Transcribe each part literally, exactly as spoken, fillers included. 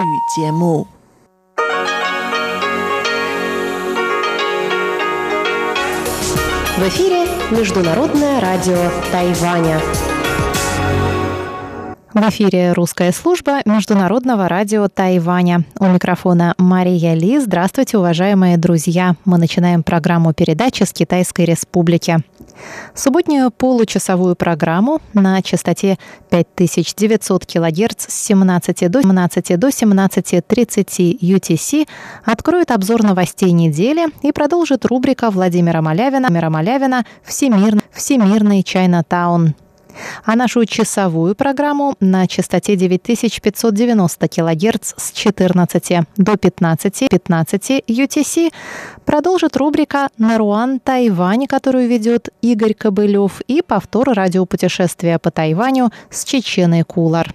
节目。 В эфире Международное радио Тайваня. В эфире русская служба Международного радио Тайваня. У микрофона Мария Ли. Здравствуйте, уважаемые друзья. Мы начинаем программу передачи с Китайской Республики. Субботнюю получасовую программу на частоте пять тысяч девятьсот килогерц с семнадцати до семнадцати до семнадцати тридцати ю ти си откроет обзор новостей недели и продолжит рубрика Владимира Малявина, Малявина «Всемирный, Всемирный Чайнатаун». А нашу часовую программу на частоте девять тысяч пятьсот девяносто килогерц с четырнадцати до пятнадцати ю ти си продолжит рубрика «Наруан, Тайвань», которую ведет Игорь Кобылев, и повтор радиопутешествия по Тайваню с Чеченой Кулар.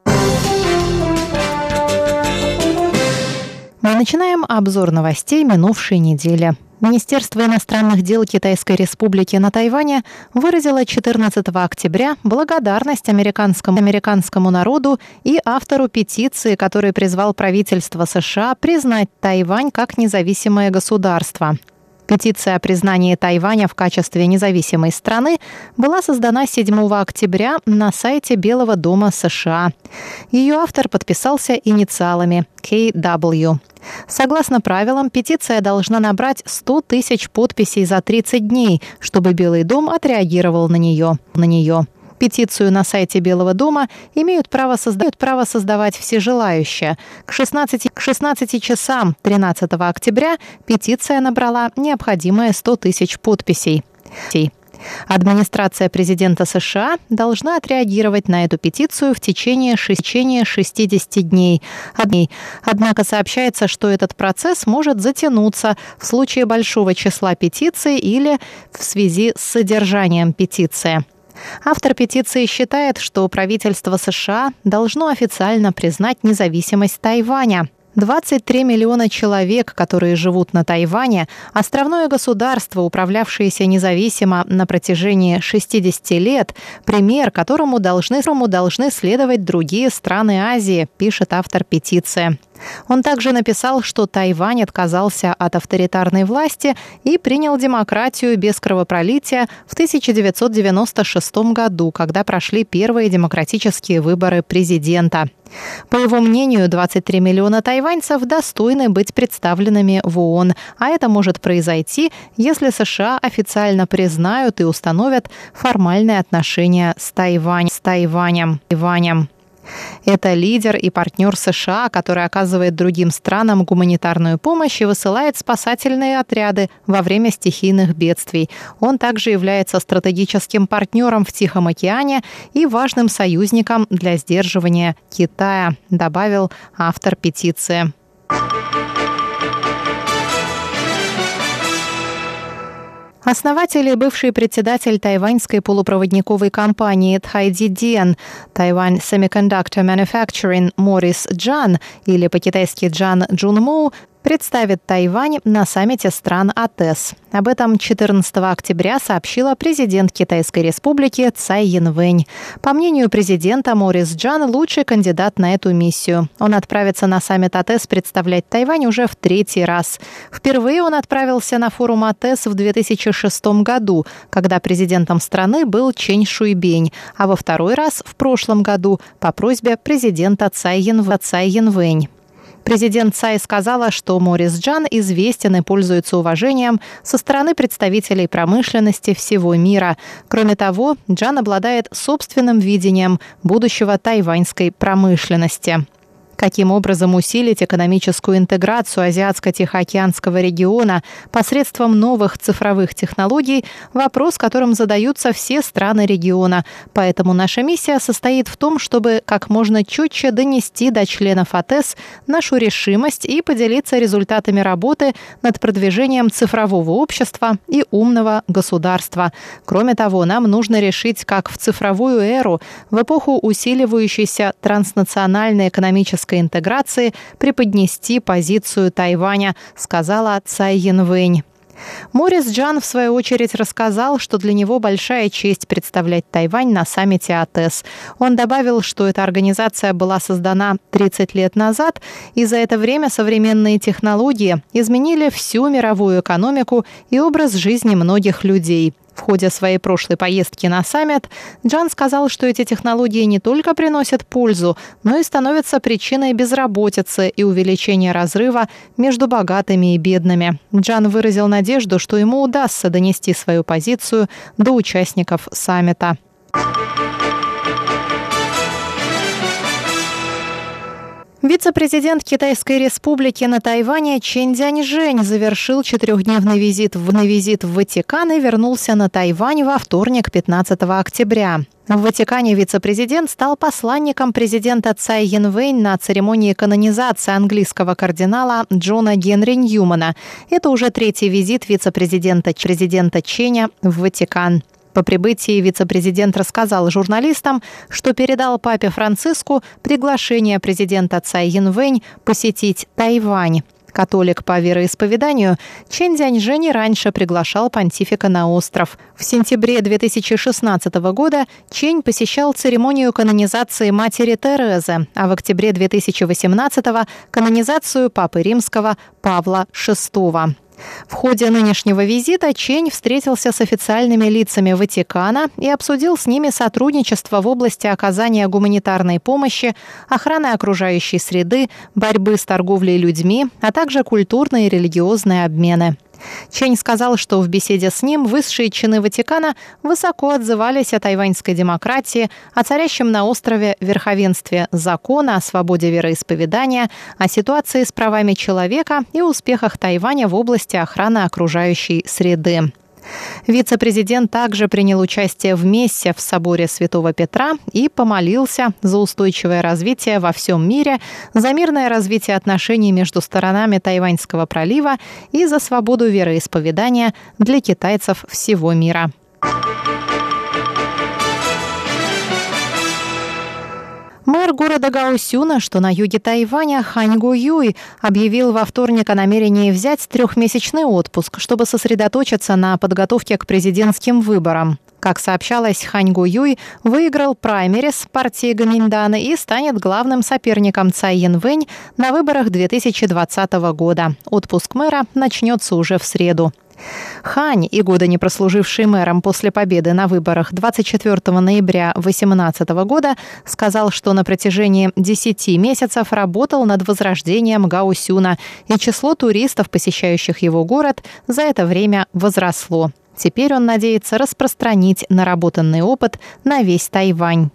Мы начинаем обзор новостей минувшей недели. Министерство иностранных дел Китайской Республики на Тайване выразило четырнадцатого октября благодарность американскому, американскому народу и автору петиции, который призвал правительство США признать Тайвань как независимое государство. Петиция о признании Тайваня в качестве независимой страны была создана седьмого октября на сайте Белого дома США. Ее автор подписался инициалами кей дабл ю. Согласно правилам, петиция должна набрать сто тысяч подписей за тридцать дней, чтобы Белый дом отреагировал на нее. На нее. Петицию на сайте Белого дома имеют право, создают право создавать все желающие. К шестнадцати, к шестнадцати часам тринадцатого октября петиция набрала необходимые сто тысяч подписей. Администрация президента США должна отреагировать на эту петицию в течение шестидесяти дней. Однако сообщается, что этот процесс может затянуться в случае большого числа петиций или в связи с содержанием петиции. Автор петиции считает, что правительство США должно официально признать независимость Тайваня. двадцать три миллиона человек, которые живут на Тайване, островное государство, управлявшееся независимо на протяжении шестидесяти лет, пример, которому должны, которому должны следовать другие страны Азии, пишет автор петиции. Он также написал, что Тайвань отказался от авторитарной власти и принял демократию без кровопролития в тысяча девятьсот девяносто шестом году, когда прошли первые демократические выборы президента. По его мнению, двадцать три миллиона тайваньцев достойны быть представленными в ООН, а это может произойти, если США официально признают и установят формальные отношения с Тайвань, с Тайванем. Тайванем. Это лидер и партнер США, который оказывает другим странам гуманитарную помощь и высылает спасательные отряды во время стихийных бедствий. Он также является стратегическим партнером в Тихом океане и важным союзником для сдерживания Китая, добавил автор петиции. Основатель и бывший председатель тайваньской полупроводниковой компании Тхайдиден Taiwan Semiconductor Manufacturing Морис Джан, или по-китайски Джан Джунмоу, представит Тайвань на саммите стран АТЭС. Об этом четырнадцатого октября сообщила президент Китайской Республики Цай Янвэнь. По мнению президента, Морис Джан – лучший кандидат на эту миссию. Он отправится на саммит АТЭС представлять Тайвань уже в третий раз. Впервые он отправился на форум АТЭС в две тысячи шестом году, когда президентом страны был Чэнь Шуйбень, а во второй раз в прошлом году по просьбе президента Цай Янвэнь. Президент Цай сказала, что Морис Джан известен и пользуется уважением со стороны представителей промышленности всего мира. Кроме того, Джан обладает собственным видением будущего тайваньской промышленности. Каким образом усилить экономическую интеграцию Азиатско-Тихоокеанского региона посредством новых цифровых технологий – вопрос, которым задаются все страны региона. Поэтому наша миссия состоит в том, чтобы как можно четче донести до членов АТЭС нашу решимость и поделиться результатами работы над продвижением цифрового общества и умного государства. Кроме того, нам нужно решить, как в цифровую эру, в эпоху усиливающейся транснациональной экономической интеграции преподнести позицию Тайваня, сказала Цай Янвэнь. Морис Джан, в свою очередь, рассказал, что для него большая честь представлять Тайвань на саммите АТЭС. Он добавил, что эта организация была создана тридцать лет назад, и за это время современные технологии изменили всю мировую экономику и образ жизни многих людей. В ходе своей прошлой поездки на саммит Джан сказал, что эти технологии не только приносят пользу, но и становятся причиной безработицы и увеличения разрыва между богатыми и бедными. Джан выразил надежду, что ему удастся донести свою позицию до участников саммита. Вице-президент Китайской республики на Тайване Чен Цзяньжэнь завершил четырехдневный визит в, на визит в Ватикан и вернулся на Тайвань во вторник, пятнадцатого октября. В Ватикане вице-президент стал посланником президента Цай Янвэнь на церемонии канонизации английского кардинала Джона Генри Ньюмана. Это уже третий визит вице-президента президента Ченя в Ватикан. По прибытии вице-президент рассказал журналистам, что передал папе Франциску приглашение президента Цай Янвэнь посетить Тайвань. Католик по вероисповеданию, Чен Цзяньжэнь раньше приглашал понтифика на остров. В сентябре две тысячи шестнадцатого года Чень посещал церемонию канонизации матери Терезы, а в октябре две тысячи восемнадцатого – канонизацию папы римского Павла шестого. В ходе нынешнего визита Чень встретился с официальными лицами Ватикана и обсудил с ними сотрудничество в области оказания гуманитарной помощи, охраны окружающей среды, борьбы с торговлей людьми, а также культурные и религиозные обмены. Чень сказал, что в беседе с ним высшие чины Ватикана высоко отзывались о тайваньской демократии, о царящем на острове верховенстве закона, о свободе вероисповедания, о ситуации с правами человека и успехах Тайваня в области охраны окружающей среды. Вице-президент также принял участие в мессе в соборе Святого Петра и помолился за устойчивое развитие во всем мире, за мирное развитие отношений между сторонами Тайваньского пролива и за свободу вероисповедания для китайцев всего мира. Мэр города Гаосюна, что на юге Тайваня, Хань Гуюй, объявил во вторник о намерении взять трехмесячный отпуск, чтобы сосредоточиться на подготовке к президентским выборам. Как сообщалось, Хань Гуюй выиграл праймерис партии Гоминьдан и станет главным соперником Цай Янвэнь на выборах две тысячи двадцатого года. Отпуск мэра начнется уже в среду. Хань, и года не прослуживший мэром после победы на выборах двадцать четвёртого ноября две тысячи восемнадцатого года, сказал, что на протяжении десяти месяцев работал над возрождением Гаосюна, и число туристов, посещающих его город, за это время возросло. Теперь он надеется распространить наработанный опыт на весь Тайвань.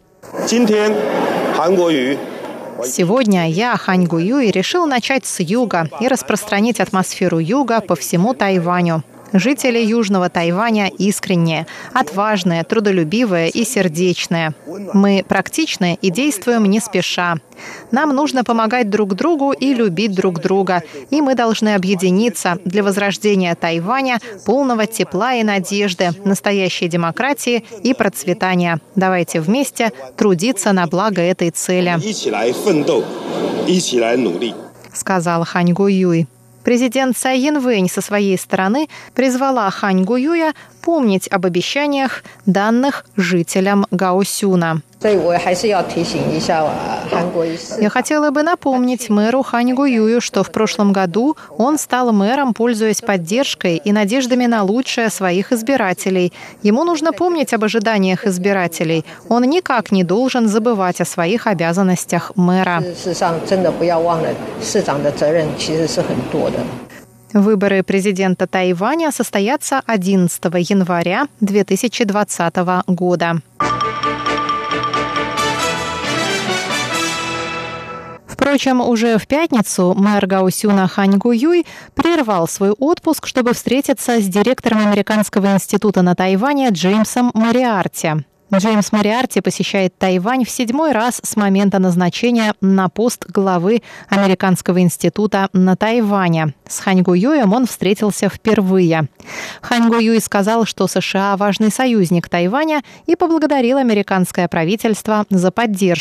Сегодня я, Хань Гуюй, решил начать с юга и распространить атмосферу юга по всему Тайваню. Жители Южного Тайваня искренние, отважные, трудолюбивые и сердечные. Мы практичны и действуем не спеша. Нам нужно помогать друг другу и любить друг друга. И мы должны объединиться для возрождения Тайваня, полного тепла и надежды, настоящей демократии и процветания. Давайте вместе трудиться на благо этой цели, сказал Хань Гуюй. Президент Цай Янвэнь со своей стороны призвала Хань Гуюя помнить об обещаниях, данных жителям Гаосюна. Я хотела бы напомнить мэру Хань Гуюю, что в прошлом году он стал мэром, пользуясь поддержкой и надеждами на лучшее своих избирателей. Ему нужно помнить об ожиданиях избирателей. Он никак не должен забывать о своих обязанностях мэра. Выборы президента Тайваня состоятся одиннадцатого января две тысячи двадцатого года. Впрочем, уже в пятницу мэр Гаосюна Хань Гуюй прервал свой отпуск, чтобы встретиться с директором Американского института на Тайване Джеймсом Мориарти. Джеймс Мориарти посещает Тайвань в седьмой раз с момента назначения на пост главы Американского института на Тайване. С Хань Гуюем он встретился впервые. Хань Гуюй сказал, что США – важный союзник Тайваня, и поблагодарил американское правительство за поддержку.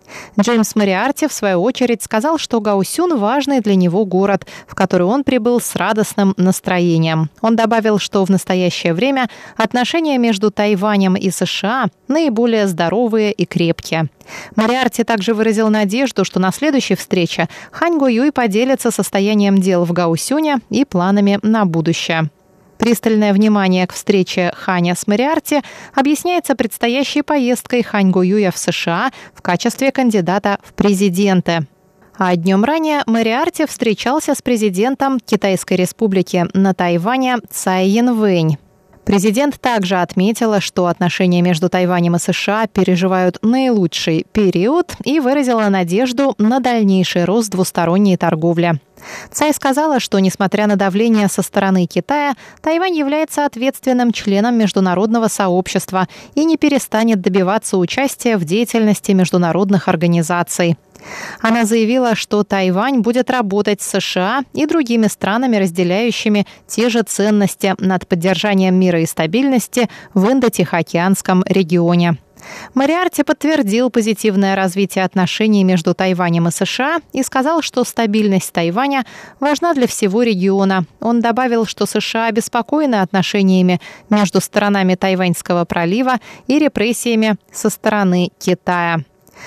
Джеймс Мориарти, в свою очередь, сказал, что Гаосюн – важный для него город, в который он прибыл с радостным настроением. Он добавил, что в настоящее время отношения между Тайванем и США наиболее здоровые и крепкие. Мориарти также выразил надежду, что на следующей встрече Хань Го-юй поделится состоянием дел в Гаосюне и планами на будущее. Пристальное внимание к встрече Ханя с Мориарти объясняется предстоящей поездкой Хань Го-юя в США в качестве кандидата в президенты. А днем ранее Мориарти встречался с президентом Китайской республики на Тайване Цай Янвэнь. Президент также отметила, что отношения между Тайванем и США переживают наилучший период и выразила надежду на дальнейший рост двусторонней торговли. Цай сказала, что, несмотря на давление со стороны Китая, Тайвань является ответственным членом международного сообщества и не перестанет добиваться участия в деятельности международных организаций. Она заявила, что Тайвань будет работать с США и другими странами, разделяющими те же ценности, над поддержанием мира и стабильности в Индо-Тихоокеанском регионе. Мориарти подтвердил позитивное развитие отношений между Тайванем и США и сказал, что стабильность Тайваня важна для всего региона. Он добавил, что США обеспокоены отношениями между сторонами Тайваньского пролива и репрессиями со стороны Китая.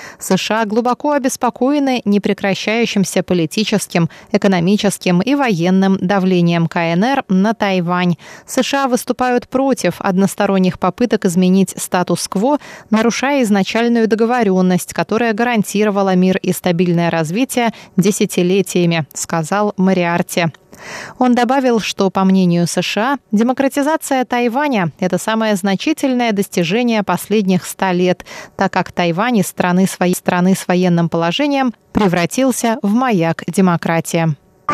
США глубоко обеспокоены непрекращающимся политическим, экономическим и военным давлением КНР на Тайвань. США выступают против односторонних попыток изменить статус-кво, нарушая изначальную договоренность, которая гарантировала мир и стабильное развитие десятилетиями, сказал Мориарти. Он добавил, что, по мнению США, демократизация Тайваня – это самое значительное достижение последних ста лет, так как Тайвань из страны, своей страны с военным положением превратился в маяк демократии.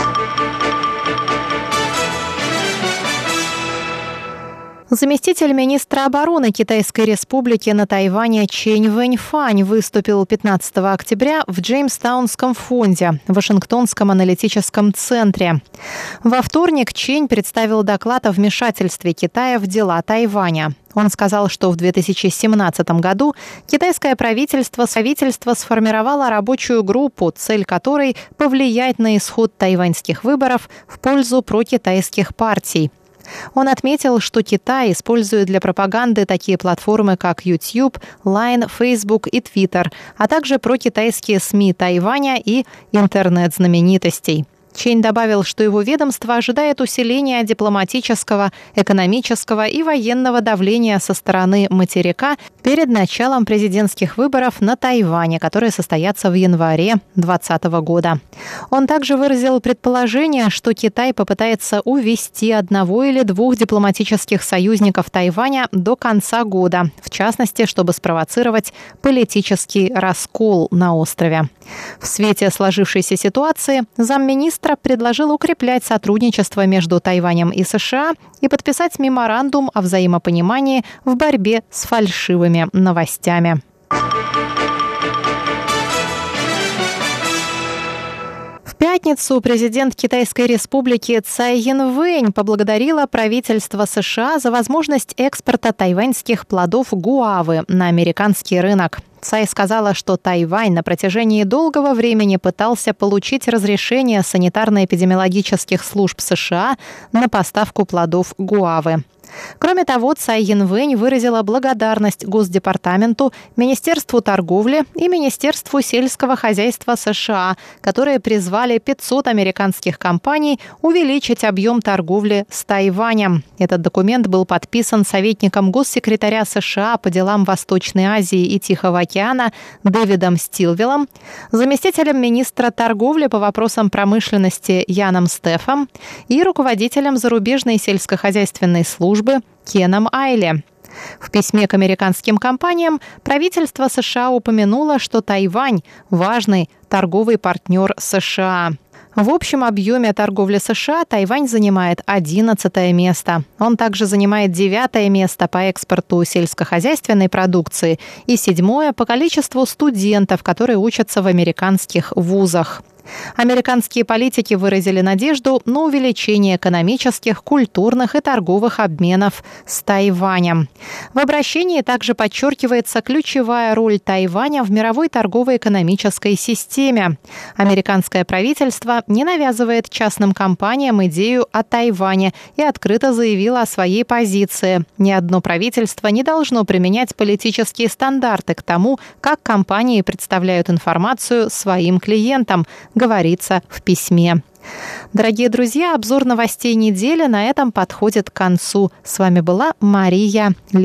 Заместитель министра обороны Китайской республики на Тайване Чэнь Вэньфань выступил пятнадцатого октября в Джеймстаунском фонде, Вашингтонском аналитическом центре. Во вторник Чэнь представил доклад о вмешательстве Китая в дела Тайваня. Он сказал, что в две тысячи семнадцатом году китайское правительство, правительство сформировало рабочую группу, цель которой – повлиять на исход тайваньских выборов в пользу прокитайских партий. Он отметил, что Китай использует для пропаганды такие платформы, как YouTube, Line, Facebook и Twitter, а также прокитайские СМИ Тайваня и интернет-знаменитостей. Чэнь добавил, что его ведомство ожидает усиления дипломатического, экономического и военного давления со стороны материка перед началом президентских выборов на Тайване, которые состоятся в январе две тысячи двадцатого года. Он также выразил предположение, что Китай попытается увести одного или двух дипломатических союзников Тайваня до конца года, в частности, чтобы спровоцировать политический раскол на острове. В свете сложившейся ситуации замминистра предложил укреплять сотрудничество между Тайванем и США и подписать меморандум о взаимопонимании в борьбе с фальшивыми новостями. В пятницу президент Китайской республики Цай Янвэнь поблагодарила правительство США за возможность экспорта тайваньских плодов гуавы на американский рынок. Цай сказала, что Тайвань на протяжении долгого времени пытался получить разрешение санитарно-эпидемиологических служб США на поставку плодов гуавы. Кроме того, Цай Янвэнь выразила благодарность Госдепартаменту, Министерству торговли и Министерству сельского хозяйства США, которые призвали пятьсот американских компаний увеличить объем торговли с Тайванем. Этот документ был подписан советником госсекретаря США по делам Восточной Азии и Тихого океана Дэвидом Стилвеллом, заместителем министра торговли по вопросам промышленности Яном Стефом и руководителем зарубежной сельскохозяйственной службы Кеном Айли. В письме к американским компаниям правительство США упомянуло, что Тайвань – важный торговый партнер США. В общем объеме торговли США Тайвань занимает одиннадцатое место. Он также занимает девятое место по экспорту сельскохозяйственной продукции и седьмое по количеству студентов, которые учатся в американских вузах. Американские политики выразили надежду на увеличение экономических, культурных и торговых обменов с Тайванем. В обращении также подчеркивается ключевая роль Тайваня в мировой торгово-экономической системе. Американское правительство не навязывает частным компаниям идею о Тайване и открыто заявило о своей позиции. Ни одно правительство не должно применять политические стандарты к тому, как компании представляют информацию своим клиентам, говорится в письме. Дорогие друзья, обзор новостей недели на этом подходит к концу. С вами была Мария